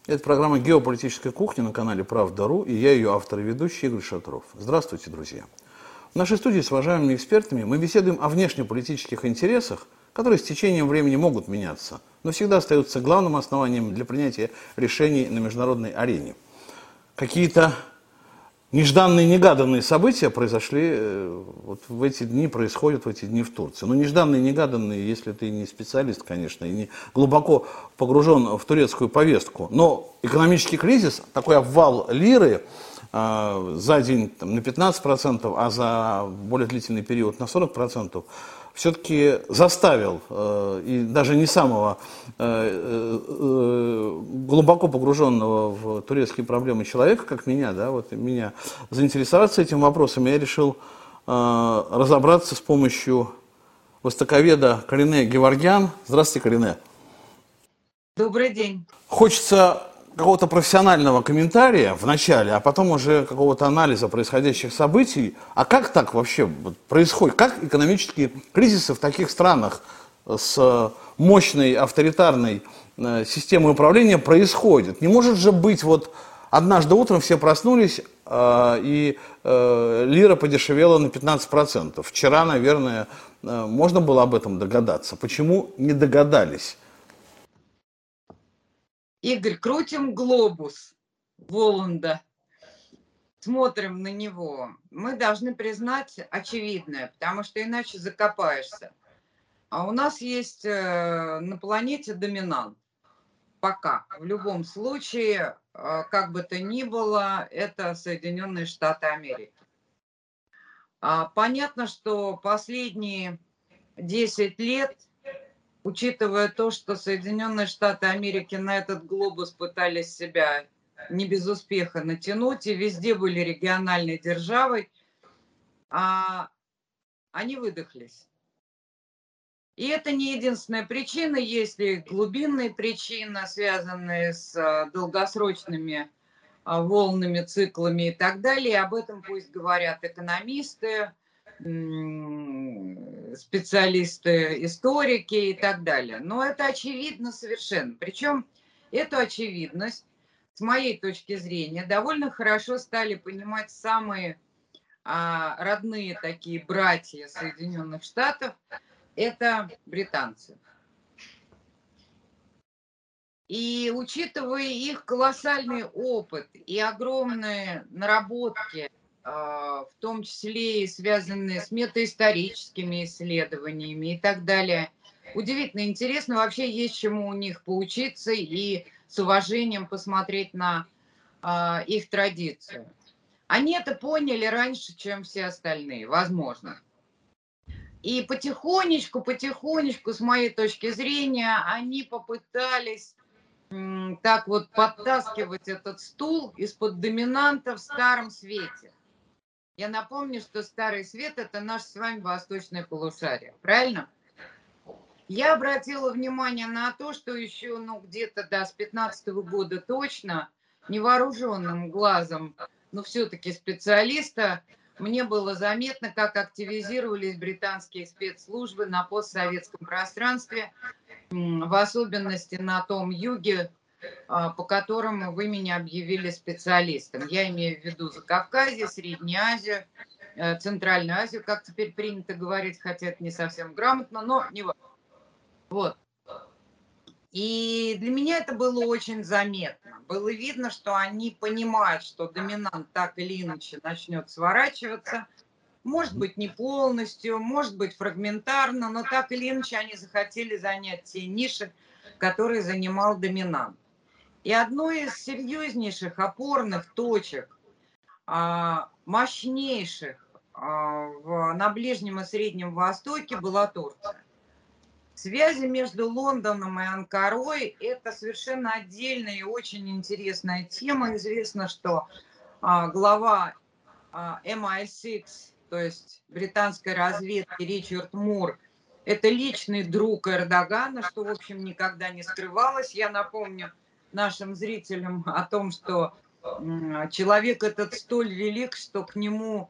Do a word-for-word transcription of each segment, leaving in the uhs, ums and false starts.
Это программа «Геополитическая кухня» на канале «Правда.ру», и я ее автор и ведущий Игорь Шатров. Здравствуйте, друзья. В нашей студии с уважаемыми экспертами мы беседуем о внешнеполитических интересах, которые с течением времени могут меняться, но всегда остаются главным основанием для принятия решений на международной арене. Какие-то нежданные, негаданные события произошли вот в эти дни, происходят в эти дни в Турции. Но нежданные, негаданные, если ты не специалист, конечно, и не глубоко погружен в турецкую повестку. Но экономический кризис, такой обвал лиры э, за день там, на пятнадцать процентов, а за более длительный период на сорок процентов, все-таки заставил э, и даже не самого э, э, глубоко погруженного в турецкие проблемы человека, как меня, да, вот меня, заинтересоваться этим вопросом. Я решил э, разобраться с помощью востоковеда Карине Геворгян. Здравствуйте, Карине. Добрый день. Хочется какого-то профессионального комментария в начале, а потом уже какого-то анализа происходящих событий. А как так вообще происходит? Как экономические кризисы в таких странах с мощной авторитарной системой управления происходят? Не может же быть вот однажды утром все проснулись, и лира подешевела на пятнадцать процентов. Вчера, наверное, можно было об этом догадаться. Почему не догадались? Игорь, крутим глобус Воланда, смотрим на него. Мы должны признать очевидное, потому что иначе закопаешься. А у нас есть на планете доминант. Пока. В любом случае, как бы то ни было, это Соединенные Штаты Америки. Понятно, что последние десять лет, учитывая то, что Соединенные Штаты Америки на этот глобус пытались себя не без успеха натянуть, и везде были региональной державой, а они выдохлись. И это не единственная причина, есть и глубинные причины, связанные с долгосрочными волнами, циклами и так далее. Об этом пусть говорят экономисты, специалисты, историки и так далее. Но это очевидно совершенно. Причем эту очевидность, с моей точки зрения, довольно хорошо стали понимать самые а, родные такие братья Соединенных Штатов, это британцы. И учитывая их колоссальный опыт и огромные наработки, в том числе и связанные с метаисторическими исследованиями и так далее, удивительно интересно, вообще есть чему у них поучиться и с уважением посмотреть на их традицию. Они это поняли раньше, чем все остальные, возможно. И потихонечку, потихонечку, с моей точки зрения, они попытались так вот подтаскивать этот стул из-под доминанта в старом свете. Я напомню, что старый свет – это наше с вами восточное полушарие, правильно? Я обратила внимание на то, что еще ну, где-то да, с пятнадцатого года точно, невооруженным глазом, но все-таки специалиста, мне было заметно, как активизировались британские спецслужбы на постсоветском пространстве, в особенности на том юге, по которому вы меня объявили специалистом. Я имею в виду Закавказье, Среднюю Азию, Центральную Азию, как теперь принято говорить, хотя это не совсем грамотно, но не важно. Вот. И для меня это было очень заметно. Было видно, что они понимают, что доминант так или иначе начнет сворачиваться. Может быть, не полностью, может быть, фрагментарно, но так или иначе они захотели занять те ниши, которые занимал доминант. И одной из серьезнейших опорных точек, мощнейших на Ближнем и Среднем Востоке была Турция. Связи между Лондоном и Анкарой – это совершенно отдельная и очень интересная тема. Известно, что глава эм ай шесть, то есть британской разведки, Ричард Мур, это личный друг Эрдогана, что, в общем, никогда не скрывалось. Я напомню нашим зрителям о том, что человек этот столь велик, что к нему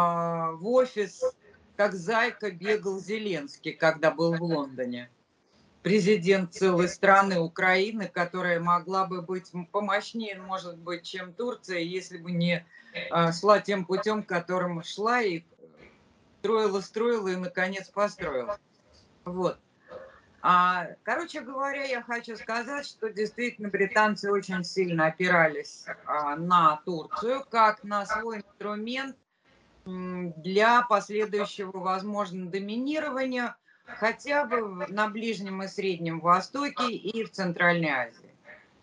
в офис как зайка бегал Зеленский, когда был в Лондоне. президент целой страны Украины, которая могла бы быть помощнее, может быть, чем Турция, если бы не а, шла тем путем, которым шла и строила, строила и, наконец, построила. Вот. А, короче говоря, я хочу сказать, что действительно британцы очень сильно опирались а, на Турцию как на свой инструмент м, для последующего, возможно, доминирования хотя бы на Ближнем и Среднем Востоке и в Центральной Азии.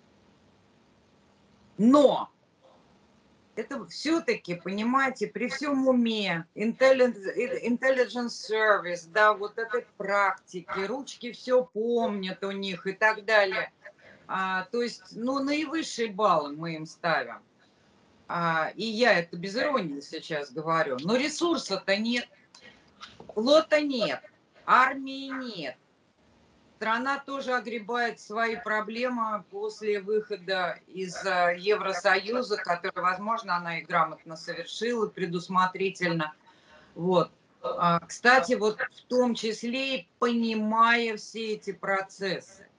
Но это все-таки, понимаете, при всем уме, intelligence service, да, вот этой практики, ручки все помнят у них и так далее. А, то есть, ну, наивысшие баллы мы им ставим. А, и я это без иронии сейчас говорю. Но ресурса-то нет, флота нет, армии нет. Страна тоже огребает свои проблемы после выхода из Евросоюза, который, возможно, она и грамотно совершила, предусмотрительно. Вот. А, кстати, вот в том числе и понимая все эти процессы.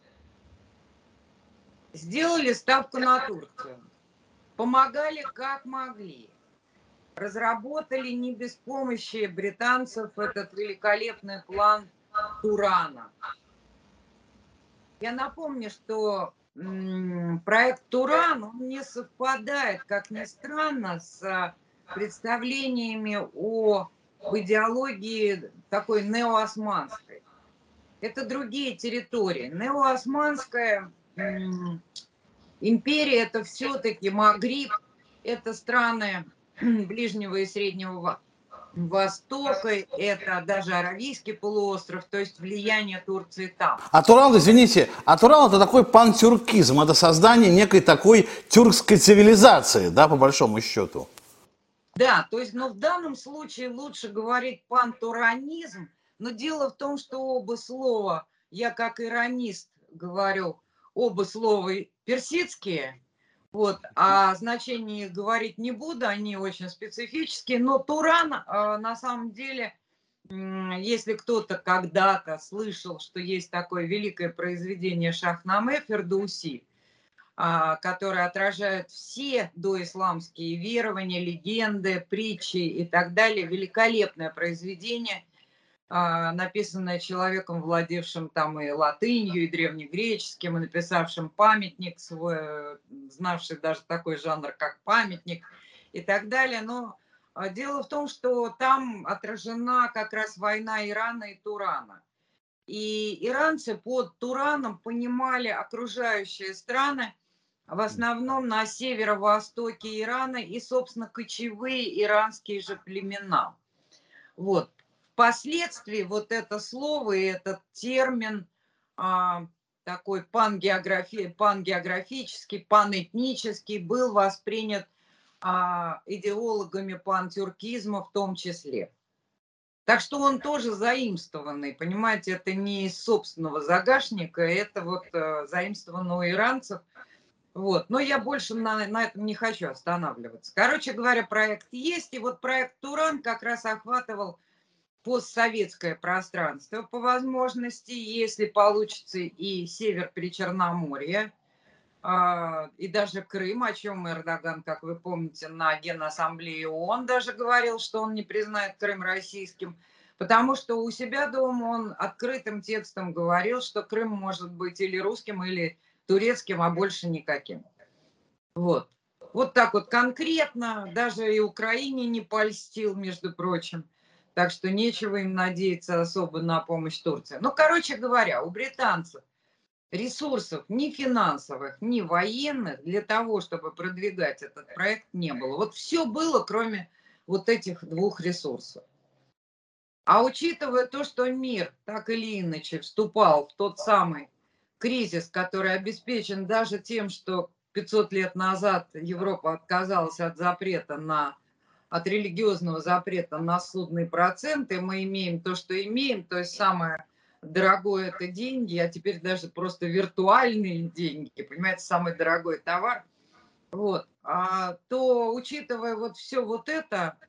Сделали ставку на Турцию. Помогали как могли. Разработали не без помощи британцев этот великолепный план Турана. Я напомню, что м, проект Туран, он не совпадает, как ни странно, с представлениями о об идеологии такой неоосманской. Это другие территории. Неоосманская м, империя – это все-таки Магриб, это страны Ближнего и Среднего Востока, это даже Аравийский полуостров, то есть влияние Турции там. А Туран, извините, а Туран это такой пантюркизм, это создание некой такой тюркской цивилизации, да, по большому счету. Да, то есть, но в данном случае лучше говорить пантуранизм, но дело в том, что оба слова, я как иронист говорю, оба слова персидские, вот, а значение их говорить не буду, они очень специфические, но Туран э, на самом деле, м, если кто-то когда-то слышал, что есть такое великое произведение Шахнаме Фердауси, а, которые отражают все доисламские верования, легенды, притчи и так далее. Великолепное произведение, а, написанное человеком, владевшим там и латынью, и древнегреческим, и написавшим памятник свой, э, знавший даже такой жанр, как памятник и так далее. Но а, дело в том, что там отражена как раз война Ирана и Турана. И иранцы под Тураном понимали окружающие страны, в основном на северо-востоке Ирана и, собственно, кочевые иранские же племена. Вот. Впоследствии вот это слово и этот термин а, такой пангеографи, пангеографический, панэтнический был воспринят а, идеологами пантюркизма в том числе. Так что он тоже заимствованный, понимаете, это не из собственного загашника, это вот э, заимствовано у иранцев. Вот. Но я больше на, на этом не хочу останавливаться. Короче говоря, проект есть, и вот проект Туран как раз охватывал постсоветское пространство по возможности, если получится и север Причерноморья, а, и даже Крым, о чем Эрдоган, как вы помните, на Генассамблее ООН даже говорил, что он не признает Крым российским, потому что у себя дома он открытым текстом говорил, что Крым может быть или русским, или турецким, а больше никаким. Вот. Вот так вот конкретно, даже и Украине не польстил, между прочим. Так что нечего им надеяться особо на помощь Турции. Ну, короче говоря, у британцев ресурсов ни финансовых, ни военных для того, чтобы продвигать этот проект, не было. Вот все было, кроме вот этих двух ресурсов. А учитывая то, что мир так или иначе вступал в тот самый кризис, который обеспечен даже тем, что пятьсот лет назад Европа отказалась от запрета на, от религиозного запрета на судный процент, и мы имеем то, что имеем, то есть самое дорогое это деньги, а теперь даже просто виртуальные деньги, понимаете, самый дорогой товар. Вот. А, то, учитывая вот все вот это,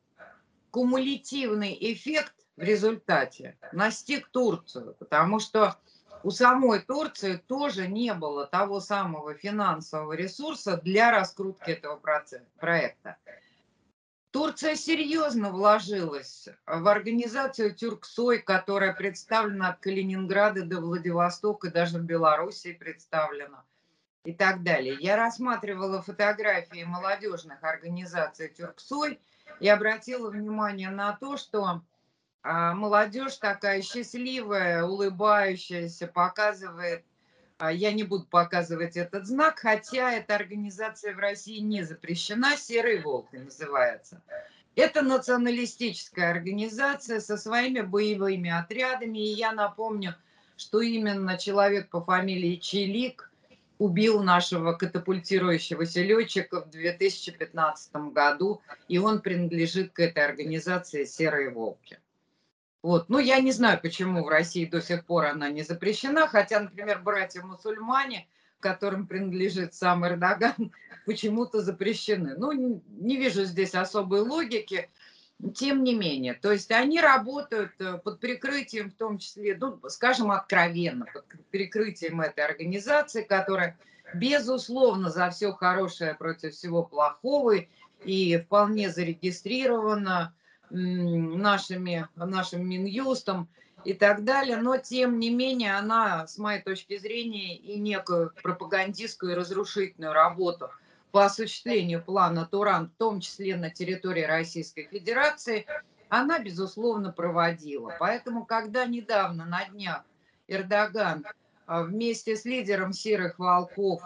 кумулятивный эффект в результате настиг Турцию, потому что у самой Турции тоже не было того самого финансового ресурса для раскрутки этого процесса, проекта. Турция серьезно вложилась в организацию Тюрксой, которая представлена от Калининграда до Владивостока, даже в Белоруссии представлена и так далее. Я рассматривала фотографии молодежных организаций Тюрксой и обратила внимание на то, что а, молодежь такая счастливая, улыбающаяся, показывает, а, я не буду показывать этот знак, хотя эта организация в России не запрещена, «Серый волк» называется. Это националистическая организация со своими боевыми отрядами, и я напомню, что именно человек по фамилии Чилик убил нашего катапультирующегося летчика в две тысячи пятнадцатом году, и он принадлежит к этой организации «Серые волки». Вот. Ну, я не знаю, почему в России до сих пор она не запрещена, хотя, например, братья-мусульмане, которым принадлежит сам Эрдоган, почему-то запрещены. Ну, не вижу здесь особой логики, тем не менее. То есть они работают под прикрытием, в том числе, ну, скажем откровенно, под прикрытием этой организации, которая, безусловно, за все хорошее против всего плохого и вполне зарегистрирована нашими, нашим Минюстом и так далее, но тем не менее она, с моей точки зрения, и некую пропагандистскую и разрушительную работу по осуществлению плана Туран, в том числе на территории Российской Федерации, она, безусловно, проводила. Поэтому, когда недавно на днях Эрдоган вместе с лидером «Серых волков»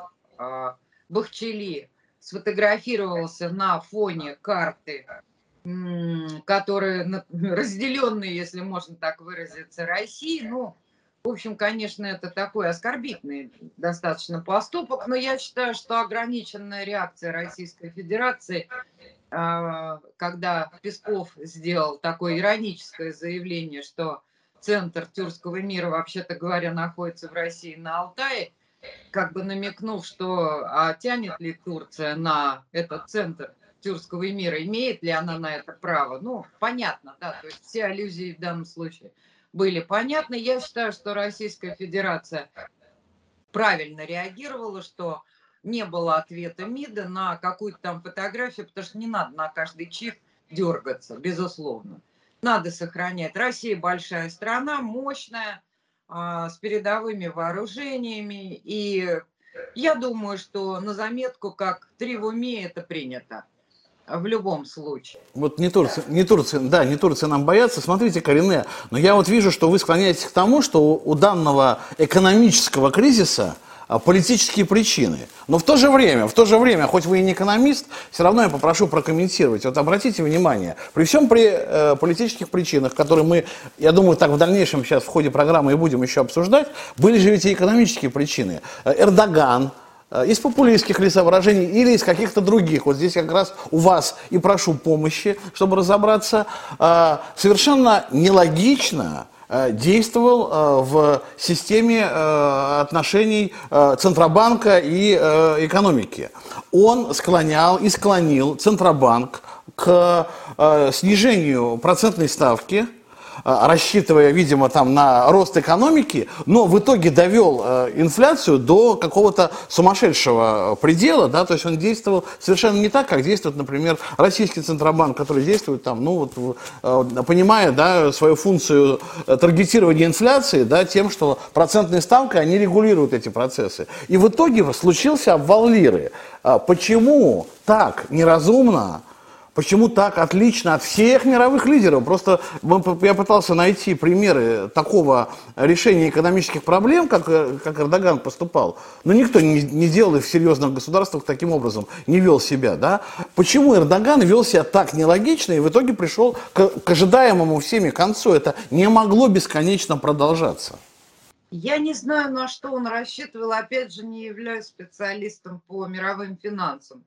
Бахчели сфотографировался на фоне карты, которые разделенные, если можно так выразиться, России. Ну, в общем, конечно, это такой оскорбительный достаточно поступок, но я считаю, что ограниченная реакция Российской Федерации, когда Песков сделал такое ироническое заявление, что центр тюркского мира, вообще-то говоря, находится в России на Алтае, как бы намекнув, что а тянет ли Турция на этот центр тюркского мира, имеет ли она на это право. Ну, понятно, да, то есть все аллюзии в данном случае были понятны. Я считаю, что Российская Федерация правильно реагировала, что не было ответа МИДа на какую-то там фотографию, потому что не надо на каждый чих дергаться, безусловно. Надо сохранять. Россия большая страна, мощная, с передовыми вооружениями, и я думаю, что на заметку, как три в уме, это принято. В любом случае. Вот не Турция, не Турция, да, не Турция нам боятся. Смотрите, Карине, но я вот вижу, что вы склоняетесь к тому, что у данного экономического кризиса политические причины. Но в то же время, в то же время, хоть вы и не экономист, все равно я попрошу прокомментировать. Вот обратите внимание, при всем при э, политических причинах, которые мы, я думаю, так в дальнейшем сейчас в ходе программы и будем еще обсуждать, были же ведь и экономические причины. Эрдоган, из популистских ли соображений или из каких-то других. Вот здесь как раз у вас и прошу помощи, чтобы разобраться. Совершенно нелогично действовал в системе отношений Центробанка и экономики. Он склонял и склонил Центробанк к снижению процентной ставки, рассчитывая, видимо, там на рост экономики, но в итоге довел э, инфляцию до какого-то сумасшедшего предела, да, то есть он действовал совершенно не так, как действует, например, российский Центробанк, который действует там, ну вот, э, понимая, да, свою функцию таргетирования инфляции, да, тем, что процентной ставкой они регулируют эти процессы. И в итоге случился обвал лиры. А почему так неразумно? Почему так отлично от всех мировых лидеров? Просто я пытался найти примеры такого решения экономических проблем, как, как Эрдоган поступал. Но никто не, не делал их в серьезных государствах таким образом, не вел себя. Да? Почему Эрдоган вел себя так нелогично и в итоге пришел к, к ожидаемому всеми концу? Это не могло бесконечно продолжаться. Я не знаю, на что он рассчитывал. Опять же, не являюсь специалистом по мировым финансам.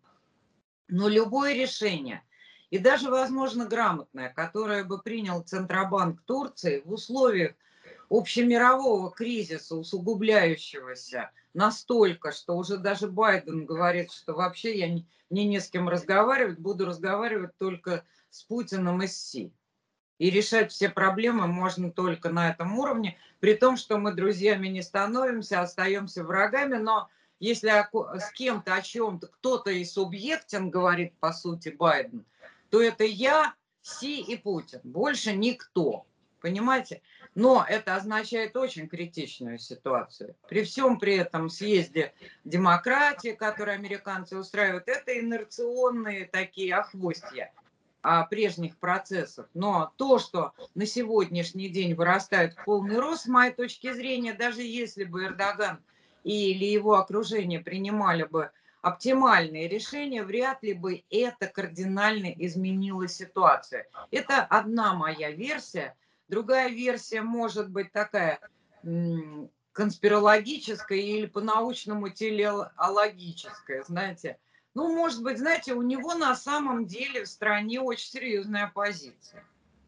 Но любое решение, и даже, возможно, грамотное, которое бы принял Центробанк Турции в условиях общемирового кризиса, усугубляющегося настолько, что уже даже Байден говорит, что вообще я не, мне не с кем разговаривать, буду разговаривать только с Путиным и с Си. И решать все проблемы можно только на этом уровне, при том, что мы друзьями не становимся, остаемся врагами, но если с кем-то о чем-то кто-то и субъектен, говорит по сути Байден, то это я, Си и Путин, больше никто, понимаете? Но это означает очень критичную ситуацию. При всем при этом съезде демократии, который американцы устраивают, это инерционные такие охвостья прежних процессов. Но то, что на сегодняшний день вырастает в полный рост, с моей точки зрения, даже если бы Эрдоган или его окружение принимали бы оптимальные решения, вряд ли бы это кардинально изменило ситуацию. Это одна моя версия. Другая версия может быть такая конспирологическая или по-научному телеологическая, знаете. Ну, может быть, знаете, у него на самом деле в стране очень серьезная оппозиция.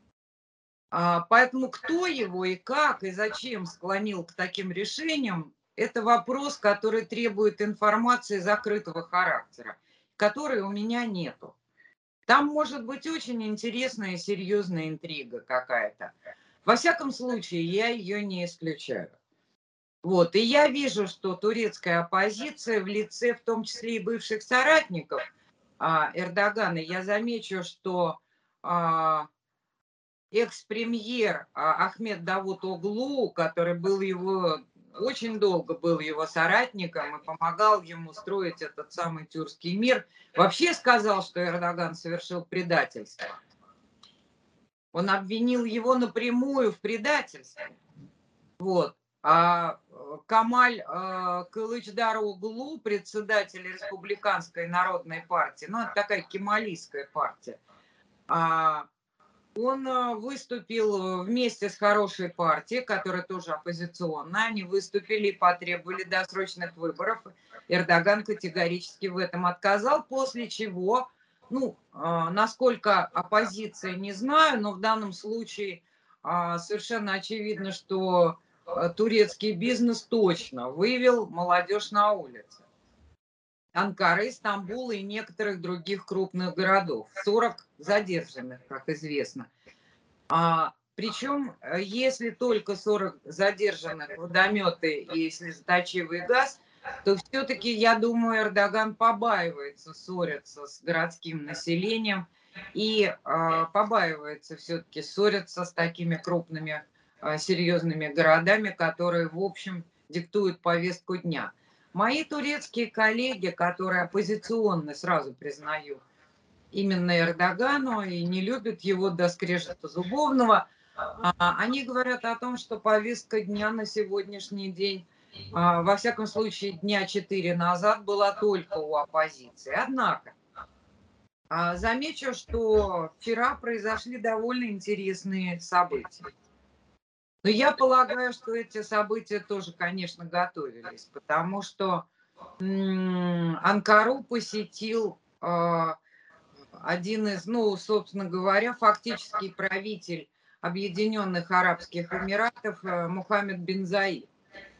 А, поэтому кто его и как, и зачем склонил к таким решениям, это вопрос, который требует информации закрытого характера, которой у меня нету. Там может быть очень интересная и серьезная интрига какая-то. Во всяком случае, я ее не исключаю. Вот. И я вижу, что турецкая оппозиция в лице, в том числе и бывших соратников а, Эрдогана, я замечу, что а, экс-премьер а, Ахмед Давутоглу, который был его, очень долго был его соратником и помогал ему строить этот самый тюркский мир, вообще сказал, что Эрдоган совершил предательство. Он обвинил его напрямую в предательстве. Вот. А Камаль э, Кылычдароглу, председатель Республиканской народной партии, ну, это такая кемалийская партия, а, он выступил вместе с хорошей партией, которая тоже оппозиционная, они выступили и потребовали досрочных выборов. Эрдоган категорически в этом отказал, после чего, ну, э, насколько оппозиция, не знаю, но в данном случае э, совершенно очевидно, что турецкий бизнес точно вывел молодежь на улицы. Анкары, Стамбула и некоторых других крупных городов. сорок задержанных, как известно. А, причем, если только сорок задержанных, водометы и слезоточивый газ, то все-таки, я думаю, Эрдоган побаивается ссориться с городским населением и а, побаивается все-таки ссориться с такими крупными серьезными городами, которые, в общем, диктуют повестку дня. Мои турецкие коллеги, которые оппозиционны, сразу признаю, именно Эрдогану и не любят его до скрежета зубовного, они говорят о том, что повестка дня на сегодняшний день, во всяком случае, дня четыре назад, была только у оппозиции. Однако, замечу, что вчера произошли довольно интересные события. Но я полагаю, что эти события тоже, конечно, готовились, потому что Анкару посетил э, один из, ну, собственно говоря, фактически правитель Объединенных Арабских Эмиратов э, Мухаммед бин Заид.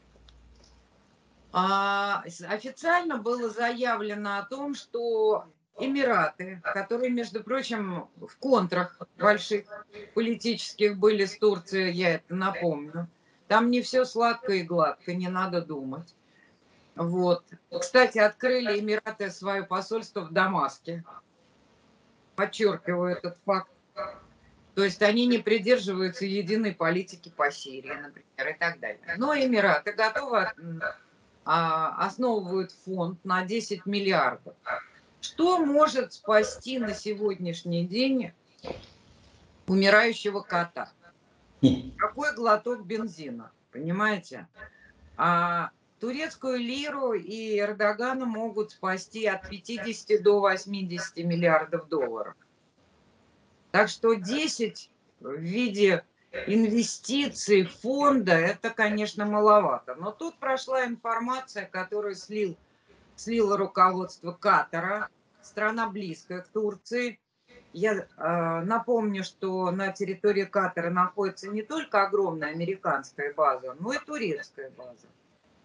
А, официально было заявлено о том, что Эмираты, которые, между прочим, в контрах больших политических были с Турцией, я это напомню. Там не все сладко и гладко, не надо думать. Вот. Кстати, открыли Эмираты свое посольство в Дамаске. Подчеркиваю этот факт. То есть они не придерживаются единой политики по Сирии, например, и так далее. Но Эмираты готовы, а, основывают фонд на десять миллиардов. Что может спасти на сегодняшний день умирающего кота? Какой глоток бензина, понимаете? А турецкую лиру и Эрдогана могут спасти от пятидесяти до восьмидесяти миллиардов долларов. Так что десять в виде инвестиций фонда, это, конечно, маловато. Но тут прошла информация, которую слил слило руководство Катара, страна близкая к Турции. Я э, напомню, что на территории Катара находится не только огромная американская база, но и турецкая база.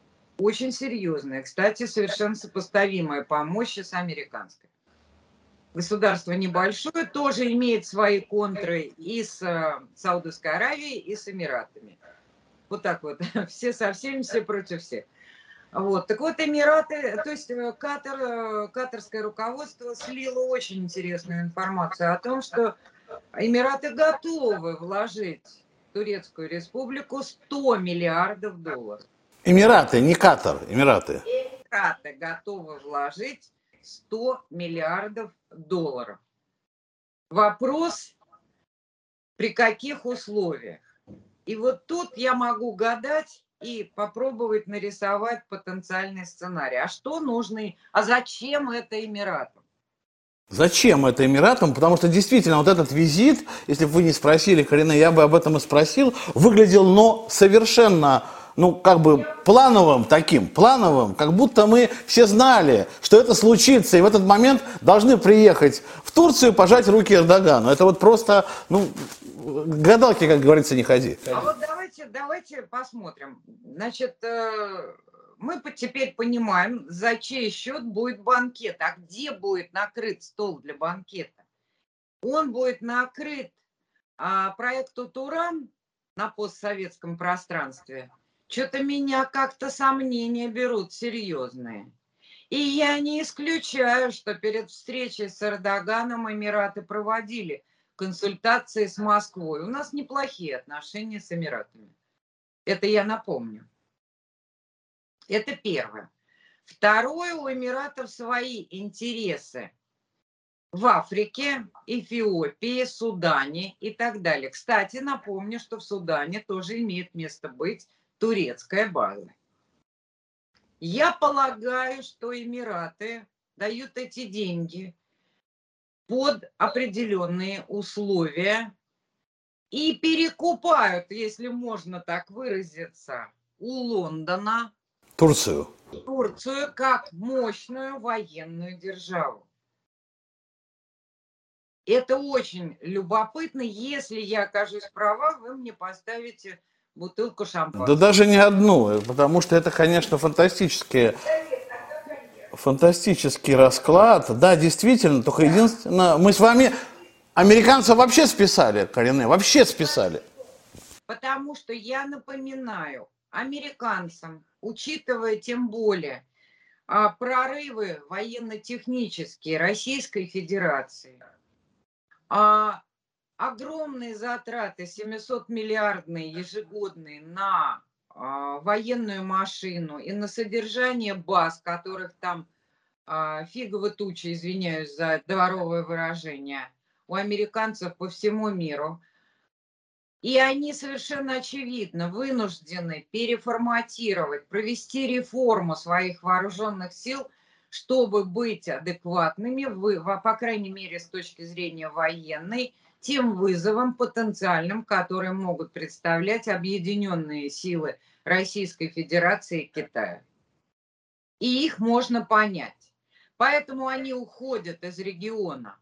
Очень серьезная, кстати, совершенно сопоставимая по мощи с американской. государство небольшое, тоже имеет свои контры и с э, Саудовской Аравией, и с Эмиратами. Вот так вот, все со всеми, все против всех. Вот. Так вот, Эмираты, то есть э, Катар, э, катарское руководство слило очень интересную информацию о том, что Эмираты готовы вложить в Турецкую республику сто миллиардов долларов. Эмираты, не Катар, Эмираты. Эмираты готовы вложить сто миллиардов долларов. Вопрос, при каких условиях? И вот тут я могу гадать и попробовать нарисовать потенциальный сценарий. А что нужно, а зачем это Эмиратам? Зачем это Эмиратам? Потому что действительно вот этот визит, если бы вы не спросили, Карина, я бы об этом и спросил, выглядел, но совершенно, ну, как бы плановым таким, плановым, как будто мы все знали, что это случится, и в этот момент должны приехать в Турцию и пожать руки Эрдогану. Это вот просто, ну, гадалки, как говорится, не ходи. А вот давайте, давайте посмотрим. Значит, мы теперь понимаем, за чей счет будет банкет, а где будет накрыт стол для банкета. Он будет накрыт а, проекту «Туран» на постсоветском пространстве. Что-то меня как-то сомнения берут серьезные. И я не исключаю, что перед встречей с Эрдоганом Эмираты проводили консультации с Москвой. У нас неплохие отношения с Эмиратами. Это я напомню. Это первое. Второе, у Эмиратов свои интересы в Африке, Эфиопии, Судане и так далее. Кстати, напомню, что в Судане тоже имеет место быть турецкая база. Я полагаю, что Эмираты дают эти деньги под определенные условия и перекупают, если можно так выразиться, у Лондона Турцию. Турцию как мощную военную державу. Это очень любопытно. Если я окажусь права, вы мне поставите бутылку шампанского. Да даже не одну, потому что это, конечно, фантастические... Фантастический расклад. Да, действительно, только единственное, мы с вами американцев вообще списали, Карине, вообще списали. Потому что я напоминаю американцам, учитывая тем более а, прорывы военно-технические Российской Федерации, а, огромные затраты, семисотмиллиардные ежегодные на а, военную машину и на содержание баз, которых там а, фигово туча, извиняюсь за дворовое выражение, у американцев по всему миру. И они совершенно очевидно вынуждены переформатировать, провести реформу своих вооруженных сил, чтобы быть адекватными, по крайней мере, с точки зрения военной, тем вызовам потенциальным, которые могут представлять объединенные силы Российской Федерации и Китая. И их можно понять. Поэтому они уходят из региона.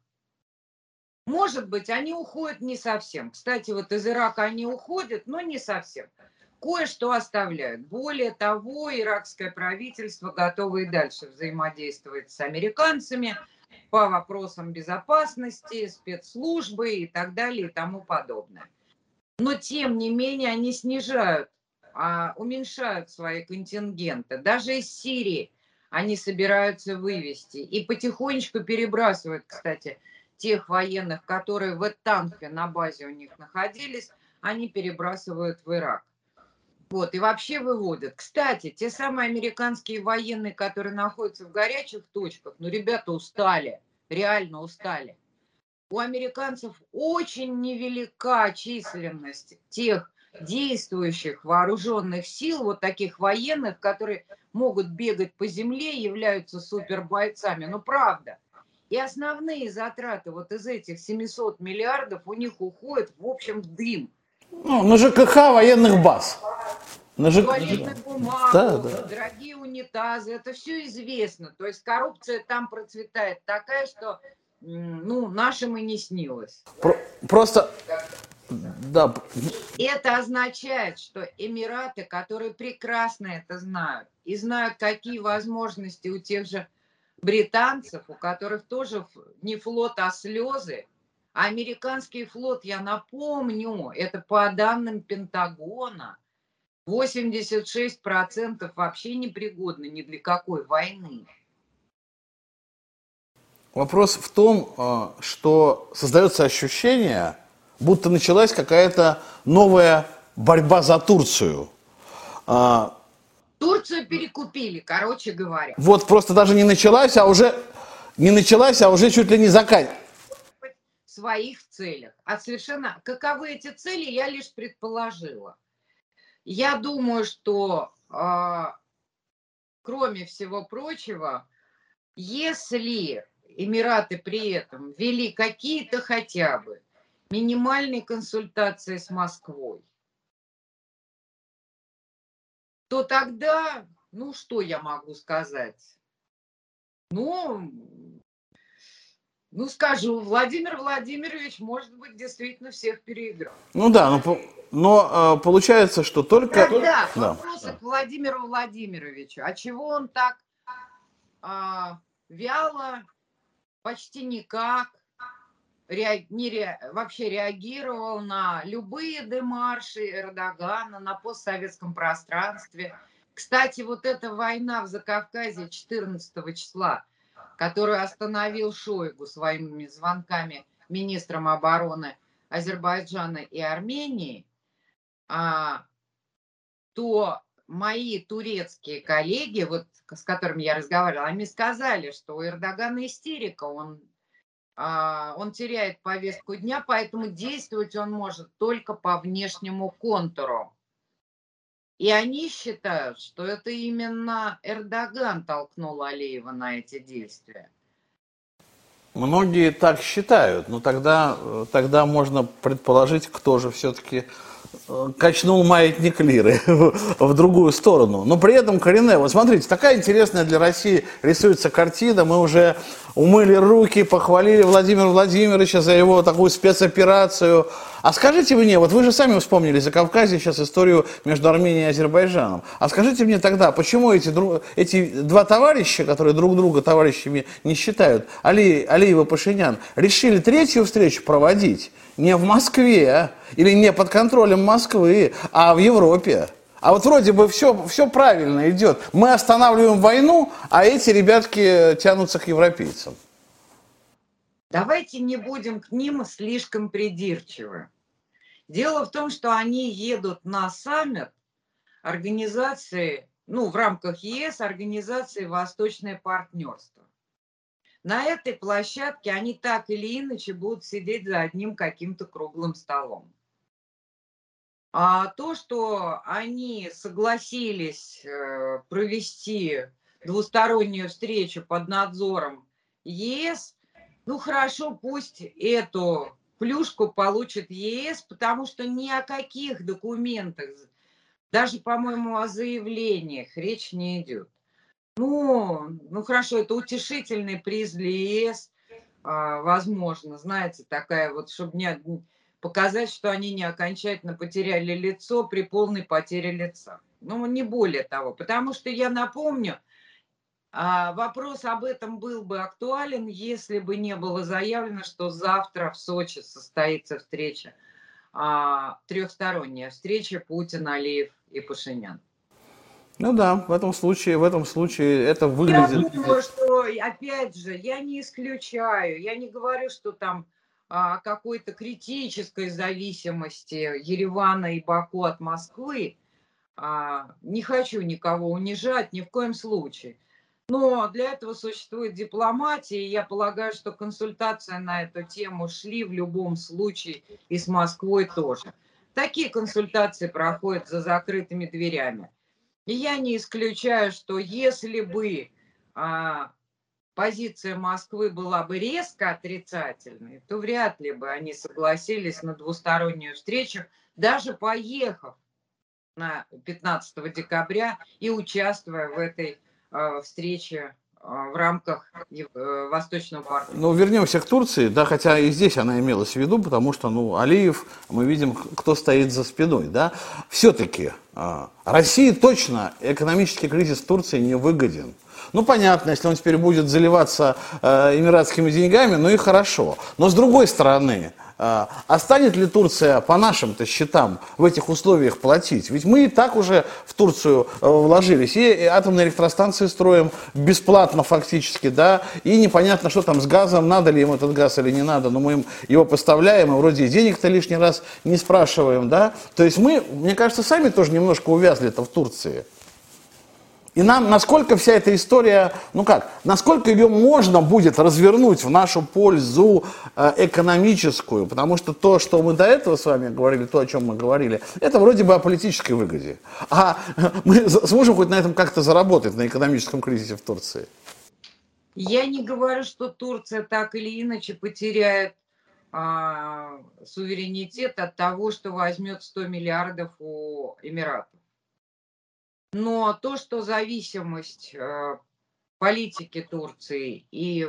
Может быть, они уходят не совсем. Кстати, вот из Ирака они уходят, но не совсем. Кое-что оставляют. Более того, иракское правительство готово и дальше взаимодействовать с американцами по вопросам безопасности, спецслужбы и так далее и тому подобное. Но, тем не менее, они снижают, а уменьшают свои контингенты. Даже из Сирии они собираются вывести и потихонечку перебрасывают, кстати, тех военных, которые в Эт-Танфе на базе у них находились, они перебрасывают в Ирак. Вот, и вообще выводят. Кстати, те самые американские военные, которые находятся в горячих точках, ну, ребята устали, реально устали. У американцев очень невелика численность тех действующих вооруженных сил, вот таких военных, которые могут бегать по земле, являются супербойцами. Ну, правда. И основные затраты вот из этих семисот миллиардов у них уходят в общем в дым. Ну, на ЖКХ военных баз. На ЖКХ... Туалетную бумагу, да, да. Дорогие унитазы, это все известно. То есть коррупция там процветает такая, что ну, нашим и не снилось. Про- просто... Да. Это означает, что Эмираты, которые прекрасно это знают, и знают, какие возможности у тех же британцев, у которых тоже не флот, а слезы. А американский флот, я напомню, это по данным Пентагона, восемьдесят шесть процентов вообще непригодны ни для какой войны. Вопрос в том, что создается ощущение, будто началась какая-то новая борьба за Турцию. Турцию перекупили, короче говоря. Вот просто даже не началась, а уже не началась, а уже чуть ли не заканчивается. В своих целях. А совершенно каковы эти цели, я лишь предположила. Я думаю, что, э, кроме всего прочего, если Эмираты при этом вели какие-то хотя бы минимальные консультации с Москвой, то тогда, ну что я могу сказать? Ну, ну скажу, Владимир Владимирович, может быть, действительно всех переиграл. Ну да, но, но э, получается, что только... Да, да. Вопрос к Владимиру Владимировичу. А чего он так а, вяло, почти никак ре, не ре, вообще реагировал на любые демарши Эрдогана на постсоветском пространстве? Кстати, вот эта война в Закавказье четырнадцатого числа, которую остановил Шойгу своими звонками министрам обороны Азербайджана и Армении, а, то мои турецкие коллеги, вот с которыми я разговаривала, они сказали, что у Эрдогана истерика, он, а, он теряет повестку дня, поэтому действовать он может только по внешнему контуру. И они считают, что это именно Эрдоган толкнул Алиева на эти действия. Многие так считают, но тогда, тогда можно предположить, кто же все-таки качнул маятник лиры в другую сторону. Но при этом коренная, вот смотрите, такая интересная для России рисуется картина. Мы уже умыли руки, похвалили Владимира Владимировича за его такую спецоперацию. А скажите мне, вот вы же сами вспомнили за Кавказе сейчас историю между Арменией и Азербайджаном. А скажите мне тогда, почему эти, эти два товарища, которые друг друга товарищами не считают, Али, Алиев и Пашинян, решили третью встречу проводить не в Москве или не под контролем Москвы, а в Европе? А вот вроде бы все, все правильно идет. Мы останавливаем войну, а эти ребятки тянутся к европейцам. Давайте не будем к ним слишком придирчивы. Дело в том, что они едут на саммит организации, ну, в рамках ЕС, организации «Восточное партнерство». На этой площадке они так или иначе будут сидеть за одним каким-то круглым столом. А то, что они согласились провести двустороннюю встречу под надзором ЕС, ну хорошо, пусть эту плюшку получит ЕС, потому что ни о каких документах, даже, по-моему, о заявлениях речь не идет. Ну, ну хорошо, это утешительный приз для ЕС, возможно, знаете, такая вот, чтобы не показать, что они не окончательно потеряли лицо при полной потере лица. Ну, не более того, потому что я напомню, вопрос об этом был бы актуален, если бы не было заявлено, что завтра в Сочи состоится встреча, трехсторонняя встреча Путин, Алиев и Пашинян. Ну да, в этом случае, в этом случае это выглядит... Я думаю, что, опять же, я не исключаю, я не говорю, что там а, какой-то критической зависимости Еревана и Баку от Москвы. А, не хочу никого унижать, ни в коем случае. Но для этого существует дипломатия, и я полагаю, что консультации на эту тему шли в любом случае и с Москвой тоже. Такие консультации проходят за закрытыми дверями. И я не исключаю, что если бы а, позиция Москвы была бы резко отрицательной, то вряд ли бы они согласились на двустороннюю встречу, даже поехав на пятнадцатого декабря и участвуя в этой а, встрече а, в рамках а, Восточного партнерства. Ну, вернемся к Турции, да, хотя и здесь она имелась в виду, потому что, ну, Алиев, мы видим, кто стоит за спиной, да. Все-таки а, России точно экономический кризис в Турции не выгоден. Ну, понятно, если он теперь будет заливаться э, эмиратскими деньгами, ну и хорошо. Но с другой стороны, э, а станет ли Турция по нашим-то счетам в этих условиях платить? Ведь мы и так уже в Турцию э, вложились. И, и атомные электростанции строим бесплатно фактически, да, и непонятно, что там с газом, надо ли им этот газ или не надо, но мы им его поставляем, и вроде и денег-то лишний раз не спрашиваем, да. То есть мы, мне кажется, сами тоже немножко увязли-то в Турции. И нам, насколько вся эта история, ну как, насколько ее можно будет развернуть в нашу пользу э, экономическую, потому что то, что мы до этого с вами говорили, то, о чем мы говорили, это вроде бы о политической выгоде. А мы сможем хоть на этом как-то заработать, на экономическом кризисе в Турции? Я не говорю, что Турция так или иначе потеряет а, суверенитет от того, что возьмет сто миллиардов у Эмиратов. Но то, что зависимость э, политики Турции и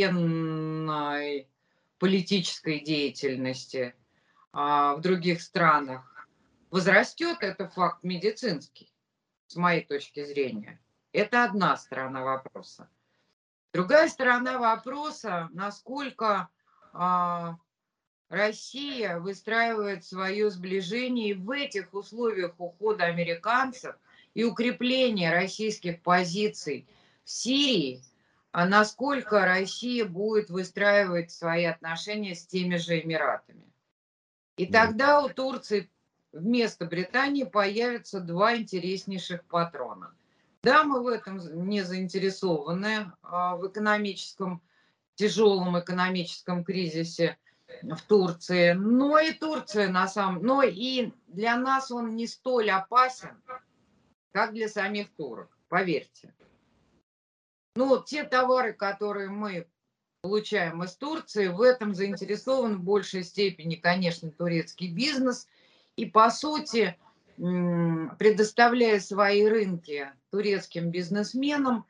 военной политической деятельности а, в других странах возрастет, это факт медицинский, с моей точки зрения. Это одна сторона вопроса. Другая сторона вопроса, насколько а, Россия выстраивает свое сближение в этих условиях ухода американцев и укрепления российских позиций в Сирии, а насколько Россия будет выстраивать свои отношения с теми же Эмиратами. И тогда у Турции вместо Британии появятся два интереснейших патрона. Да, мы в этом не заинтересованы, в экономическом, тяжелом экономическом кризисе в Турции, но и Турция на самом, но и для нас он не столь опасен, как для самих турок, поверьте. Ну, те товары, которые мы получаем из Турции, в этом заинтересован в большей степени, конечно, турецкий бизнес. И, по сути, предоставляя свои рынки турецким бизнесменам,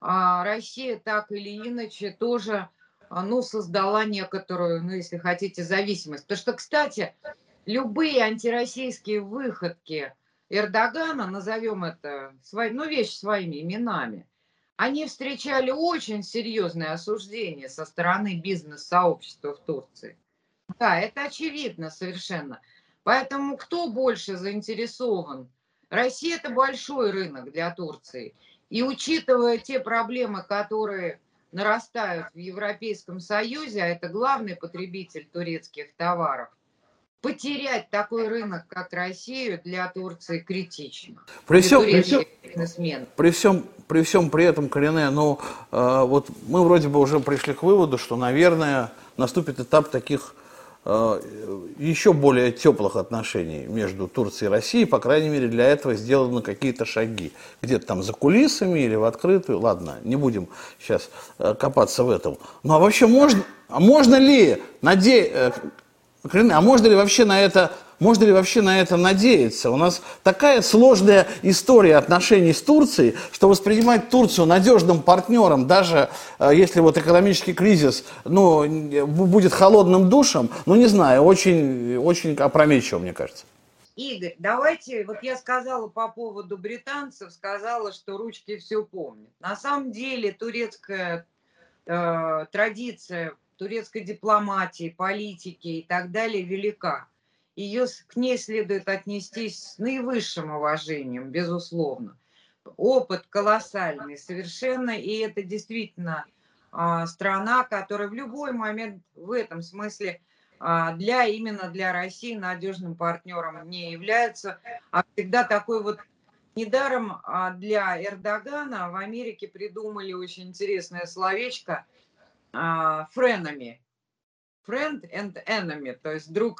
Россия так или иначе тоже, ну, создала некоторую, ну, если хотите, зависимость. Потому что, кстати, любые антироссийские выходки Эрдогана, назовем это, ну, вещь своими именами, они встречали очень серьезное осуждение со стороны бизнес-сообщества в Турции. Да, это очевидно совершенно. Поэтому кто больше заинтересован? Россия – это большой рынок для Турции. И учитывая те проблемы, которые нарастают в Европейском Союзе, а это главный потребитель турецких товаров, потерять такой рынок, как Россию, для Турции критично. При всем, при всем, при всем, при всем при этом, Корене, ну, э, вот мы вроде бы уже пришли к выводу, что, наверное, наступит этап таких э, еще более теплых отношений между Турцией и Россией. По крайней мере, для этого сделаны какие-то шаги. Где-то там за кулисами или в открытую. Ладно, не будем сейчас э, копаться в этом. Ну, а вообще можно, а можно ли надеяться... А можно ли вообще на это, можно ли вообще на это надеяться? У нас такая сложная история отношений с Турцией, что воспринимать Турцию надежным партнером, даже э, если вот экономический кризис, ну, будет холодным душем, ну, не знаю, очень, очень опрометчиво, мне кажется. Игорь, давайте, вот я сказала по поводу британцев, сказала, что ручки все помнят. На самом деле турецкая э, традиция, турецкой дипломатии, политики и так далее велика. Ее, к ней следует отнестись с наивысшим уважением, безусловно. Опыт колоссальный совершенно, и это действительно а, страна, которая в любой момент в этом смысле а, для, именно для России надежным партнером не является, а всегда такой вот. Недаром а, для Эрдогана в Америке придумали очень интересное словечко френами. Friend and enemy, то есть друг,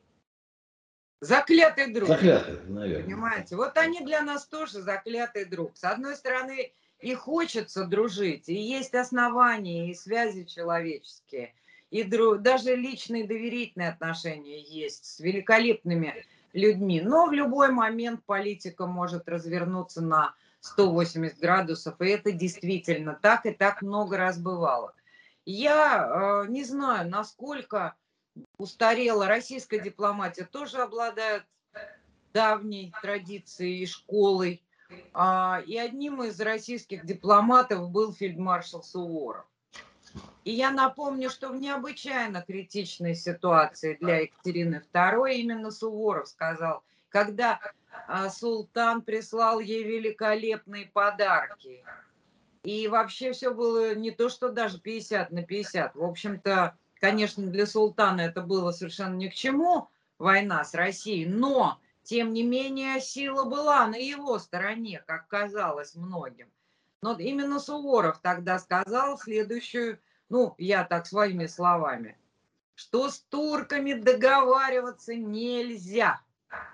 заклятый друг. Заклятый, наверное. Понимаете? Вот они для нас тоже заклятый друг. С одной стороны, и хочется дружить, и есть основания, и связи человеческие, и друг, даже личные доверительные отношения есть с великолепными людьми. Но в любой момент политика может развернуться на сто восемьдесят градусов, и это действительно так, и так много раз бывало. Я э, не знаю, насколько устарела российская дипломатия, тоже обладает давней традицией и школой и одним из российских дипломатов был фельдмаршал Суворов. И я напомню, что в необычайно критичной ситуации для Екатерины второй именно Суворов сказал, когда султан прислал ей великолепные подарки. И вообще все было не то, что даже пятьдесят на пятьдесят. В общем-то, конечно, для султана это было совершенно ни к чему, война с Россией, но, тем не менее, сила была на его стороне, как казалось многим. Но именно Суворов тогда сказал следующую, ну, я так своими словами, что с турками договариваться нельзя.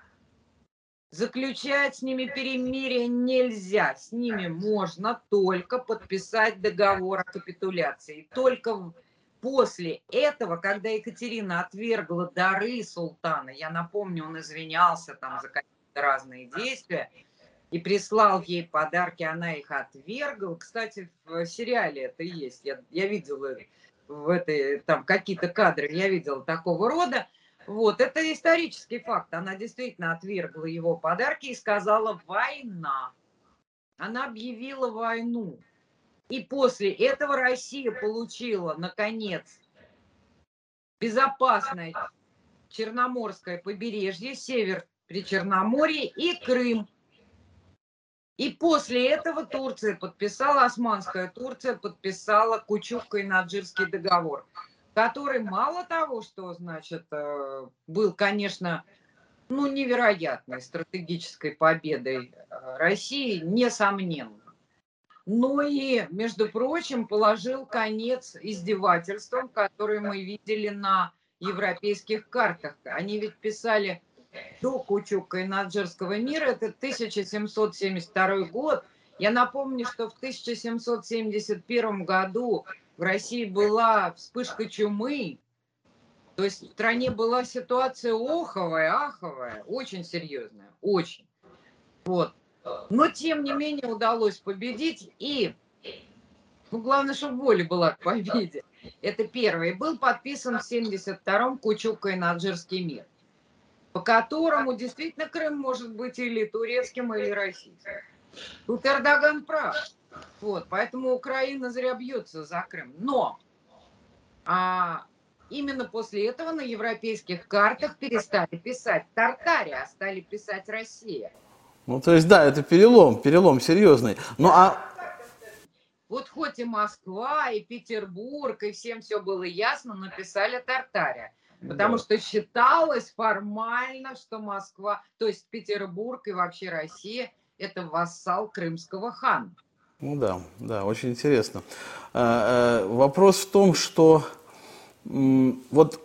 Заключать с ними перемирие нельзя. С ними можно только подписать договор о капитуляции. И только после этого, когда Екатерина отвергла дары султана, я напомню, он извинялся там за какие-то разные действия, и прислал ей подарки, она их отвергла. Кстати, в сериале это есть. Я, я видела в этой, там какие-то кадры, я видела такого рода. Вот, это исторический факт. Она действительно отвергла его подарки и сказала «война». Она объявила войну. И после этого Россия получила, наконец, безопасное Черноморское побережье, север Причерноморье и Крым. И после этого Турция подписала, Османская Турция подписала Кучук-Кайнаджирский договор, который мало того, что, значит, был, конечно, ну, невероятной стратегической победой России, несомненно, но и, между прочим, положил конец издевательствам, которые мы видели на европейских картах. Они ведь писали до Кучук-Кайнаджирского мира, это тысяча семьсот семьдесят второй год. Я напомню, что в тысяча семьсот семьдесят первом году в России была вспышка чумы, то есть в стране была ситуация оховая, аховая, очень серьезная, очень. Вот. Но тем не менее удалось победить, и ну, главное, чтобы воля была к победе. Это первое. И был подписан в семьдесят втором Кучук-Кайнаджирский мир, по которому действительно Крым может быть или турецким, или российским. Тут Эрдоган прав. Вот, поэтому Украина зря бьется за Крым. Но а, именно после этого на европейских картах перестали писать Тартария, а стали писать Россия. Ну, то есть, да, это перелом, перелом серьезный. Ну, а... Вот хоть и Москва, и Петербург, и всем все было ясно, написали Тартария. Потому да. что считалось формально, что Москва, то есть Петербург и вообще Россия, это вассал крымского хана. Ну да, да, очень интересно. А, а, вопрос в том, что м, вот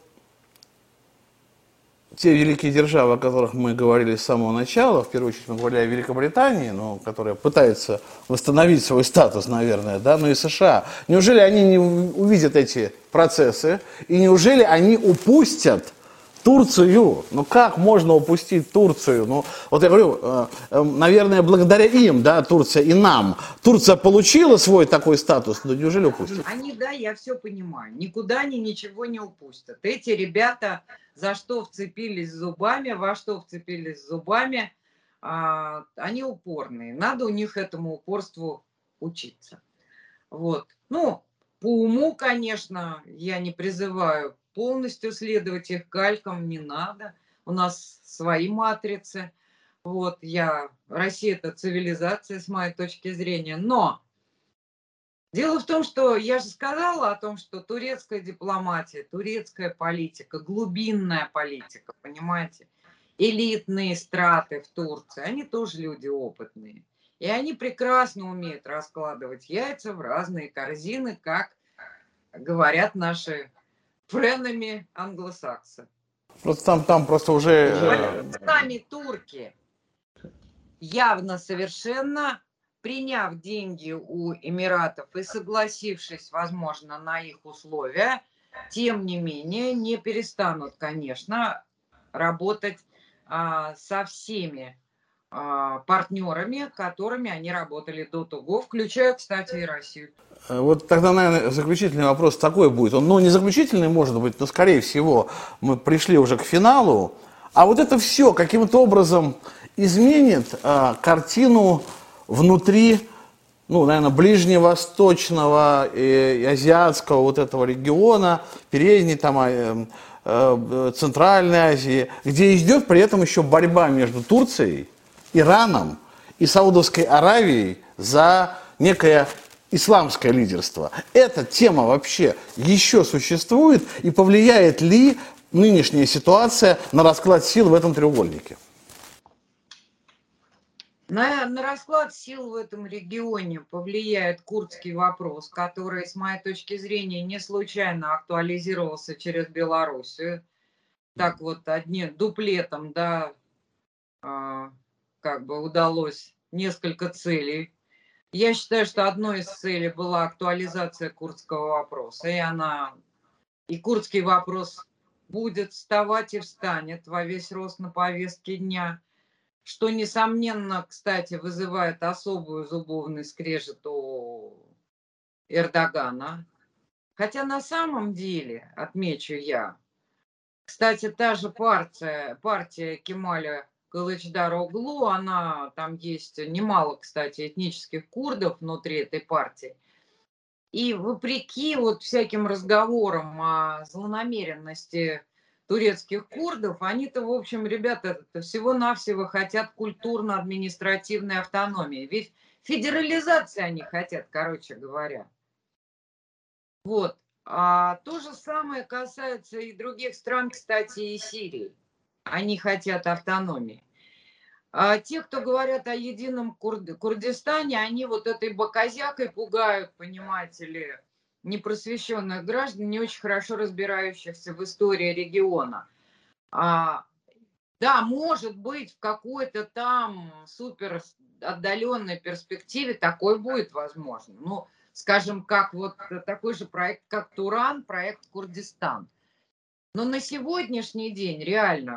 те великие державы, о которых мы говорили с самого начала, в первую очередь мы говорили о Великобритании, ну, которая пытается восстановить свой статус, наверное, да, ну и США. Неужели они не увидят эти процессы, и неужели они упустят Турцию? Ну как можно упустить Турцию? Ну, вот я говорю, наверное, благодаря им, да, Турция и нам. Турция получила свой такой статус, но неужели упустит? Они, да, я все понимаю, никуда они ничего не упустят. Эти ребята за что вцепились зубами, во что вцепились зубами, а, они упорные. Надо у них этому упорству учиться. Вот. Ну, по уму, конечно, я не призываю полностью следовать их калькам, не надо. У нас свои матрицы. Вот, я, Россия – это цивилизация, с моей точки зрения. Но дело в том, что я же сказала о том, что турецкая дипломатия, турецкая политика, глубинная политика, понимаете, элитные страты в Турции, они тоже люди опытные. И они прекрасно умеют раскладывать яйца в разные корзины, как говорят наши френами англосаксы. Просто там, там просто уже... Сами турки явно совершенно, приняв деньги у Эмиратов и согласившись, возможно, на их условия, тем не менее не перестанут, конечно, работать а, со всеми а, партнерами, которыми они работали до того, включая, кстати, и Россию. Вот тогда, наверное, заключительный вопрос такой будет. Он, ну, не заключительный, может быть, но, скорее всего, мы пришли уже к финалу. А вот это все каким-то образом изменит а, картину внутри, ну, наверное, ближневосточного и, и азиатского вот этого региона, передней, там, э, э, Центральной Азии, где идет при этом еще борьба между Турцией, Ираном и Саудовской Аравией за некое исламское лидерство. Эта тема вообще еще существует, и повлияет ли нынешняя ситуация на расклад сил в этом треугольнике? На, на расклад сил в этом регионе повлияет курдский вопрос, который, с моей точки зрения, не случайно актуализировался через Белоруссию. Так вот, одним дуплетом, да, а, как бы удалось несколько целей. Я считаю, что одной из целей была актуализация курдского вопроса, и она, и курдский вопрос будет вставать и встанет во весь рост на повестке дня, что, несомненно, кстати, вызывает особую зубовный скрежет у Эрдогана. Хотя на самом деле, отмечу я, кстати, та же партия, партия Кемаля Кылычдароглу, она, там есть немало, кстати, этнических курдов внутри этой партии. И вопреки вот всяким разговорам о злонамеренности турецких курдов, они-то, в общем, ребята, всего-навсего хотят культурно-административной автономии. Ведь федерализации они хотят, короче говоря. Вот. А то же самое касается и других стран, кстати, и Сирии. Они хотят автономии. А те, кто говорят о едином Курд... Курдистане, они вот этой бакозякой пугают, понимаете ли, непросвещенных граждан, не очень хорошо разбирающихся в истории региона. А, да, может быть, в какой-то там супер отдаленной перспективе такой будет возможно. Ну, скажем, как вот такой же проект, как Туран, проект Курдистан. Но на сегодняшний день реально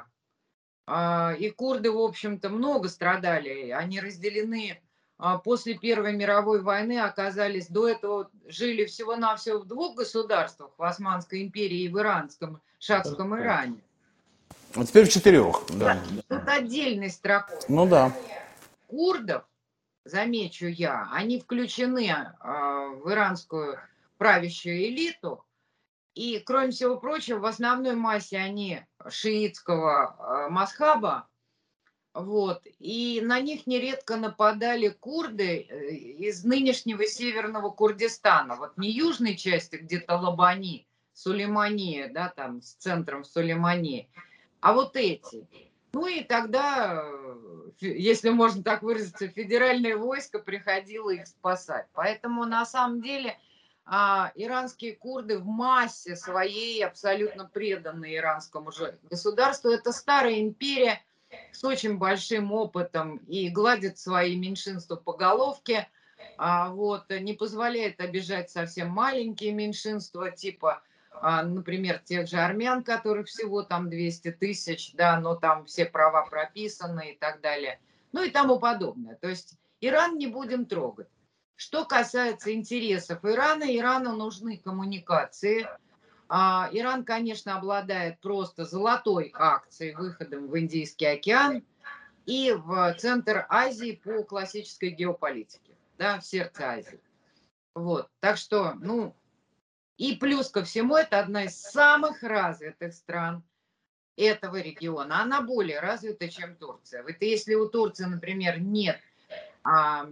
и курды, в общем-то, много страдали. Они разделены после Первой мировой войны, оказались до этого, жили всего-навсего в двух государствах, в Османской империи и в иранском, шахском Иране. А теперь в четырех, да. Тут отдельной строкой. Ну да. Курдов, замечу я, они включены в иранскую правящую элиту. И, кроме всего прочего, в основной массе они шиитского масхаба, вот, и на них нередко нападали курды из нынешнего северного Курдистана, вот не южной части, где-то Лабани, Сулеймания, да, там с центром в Сулеймании, а вот эти. Ну и тогда, если можно так выразиться, федеральное войско приходило их спасать. Поэтому на самом деле а, иранские курды в массе своей абсолютно преданы иранскому же государству. Это старая империя с очень большим опытом и гладит свои меньшинства по головке, а, вот, не позволяет обижать совсем маленькие меньшинства, типа, а, например, тех же армян, которых всего там двести тысяч, да, но там все права прописаны и так далее, ну и тому подобное. То есть Иран не будем трогать. Что касается интересов Ирана, Ирану нужны коммуникации. А, Иран, конечно, обладает просто золотой акцией, выходом в Индийский океан и в центр Азии по классической геополитике, да, в сердце Азии. Вот, так что, ну, и плюс ко всему, это одна из самых развитых стран этого региона. Она более развита, чем Турция. Вот если у Турции, например, нет а,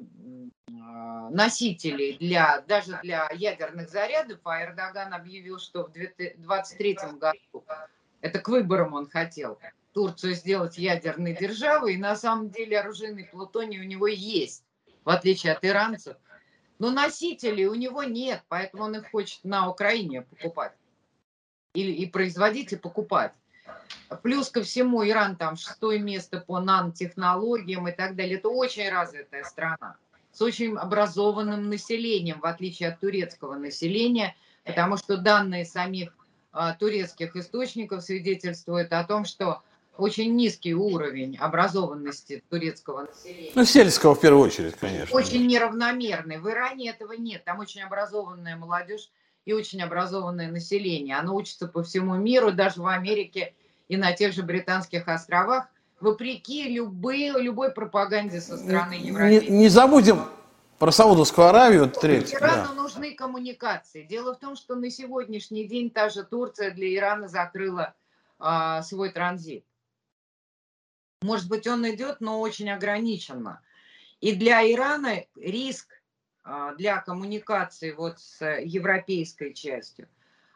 носителей для, даже для ядерных зарядов, а Эрдоган объявил, что в две тысячи двадцать третьем году, это к выборам он хотел, Турцию сделать ядерной державой, и на самом деле оружейный плутоний у него есть, в отличие от иранцев. Но носителей у него нет, поэтому он их хочет на Украине покупать. Или и производить, и покупать. Плюс ко всему, Иран там шестое место по нанотехнологиям и так далее. Это очень развитая страна с очень образованным населением, в отличие от турецкого населения, потому что данные самих а, турецких источников свидетельствуют о том, что очень низкий уровень образованности турецкого населения. Ну, сельского в первую очередь, конечно. Очень неравномерный. В Иране этого нет. Там очень образованная молодежь и очень образованное население. Оно учится по всему миру, даже в Америке и на тех же Британских островах. вопреки любой, любой пропаганде со стороны Не, европейцев. не забудем про Саудовскую Аравию. Треть, Ирану да. нужны коммуникации. Дело в том, что на сегодняшний день та же Турция для Ирана закрыла а, свой транзит. Может быть, он идет, но очень ограниченно. И для Ирана риск а, для коммуникации вот с европейской частью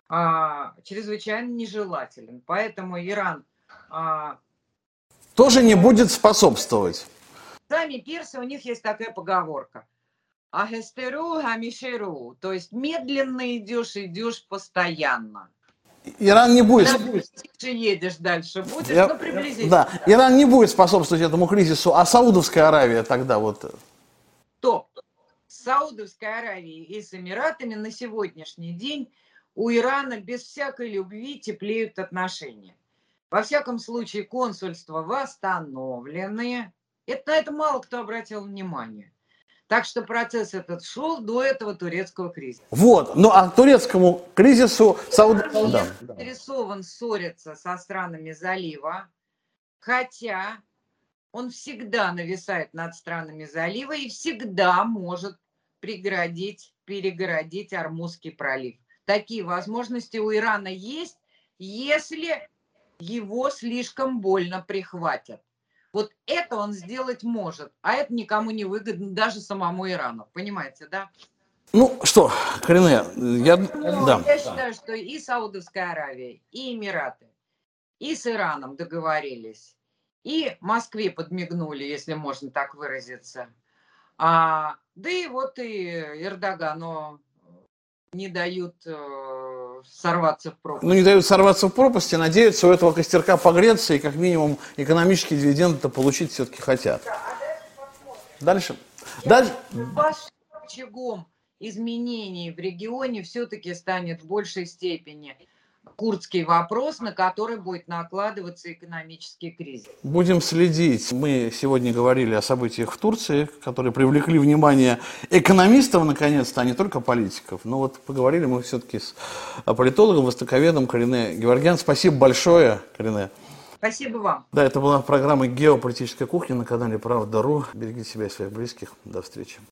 а, чрезвычайно нежелателен. Поэтому Иран... А, Тоже не будет способствовать. Сами персы, у них есть такая поговорка. Агестеру, гамишеру. То есть медленно идешь, идешь постоянно. Иран не будет... Тише едешь, дальше будешь, Я- ну приблизительно. Да, Иран не будет способствовать этому кризису, а Саудовская Аравия тогда вот... То с Саудовской Аравией и с Эмиратами на сегодняшний день у Ирана без всякой любви теплеют отношения. Во всяком случае, консульства восстановлены. Это, на это мало кто обратил внимание. Так что процесс этот шел до этого турецкого кризиса. Вот, ну а к турецкому кризису Сауд... Он Да. не заинтересован ссориться со странами залива, хотя он всегда нависает над странами залива и всегда может преградить, перегородить Ормузский пролив. Такие возможности у Ирана есть, если его слишком больно прихватят. Вот это он сделать может, а это никому не выгодно, даже самому Ирану. Понимаете, да? Ну что, Карине, я... Ну, Да. я считаю, что и Саудовская Аравия, и Эмираты, и с Ираном договорились, и Москве подмигнули, если можно так выразиться. А, да и вот и Эрдогану не дают э, сорваться в пропасть. Ну, не дают сорваться в пропасти, надеются у этого костерка погреться и как минимум экономические дивиденды-то получить все-таки хотят. Дальше. Дальше. Вашим очагом изменений в регионе все-таки станет в большей степени курдский вопрос, на который будет накладываться экономический кризис. Будем следить. Мы сегодня говорили о событиях в Турции, которые привлекли внимание экономистов, наконец-то, а не только политиков. Но вот поговорили мы все-таки с политологом, востоковедом Карине Геворгян. Спасибо большое, Карине. Спасибо вам. Да, это была программа «Геополитическая кухня» на канале «Правда.ру». Берегите себя и своих близких. До встречи.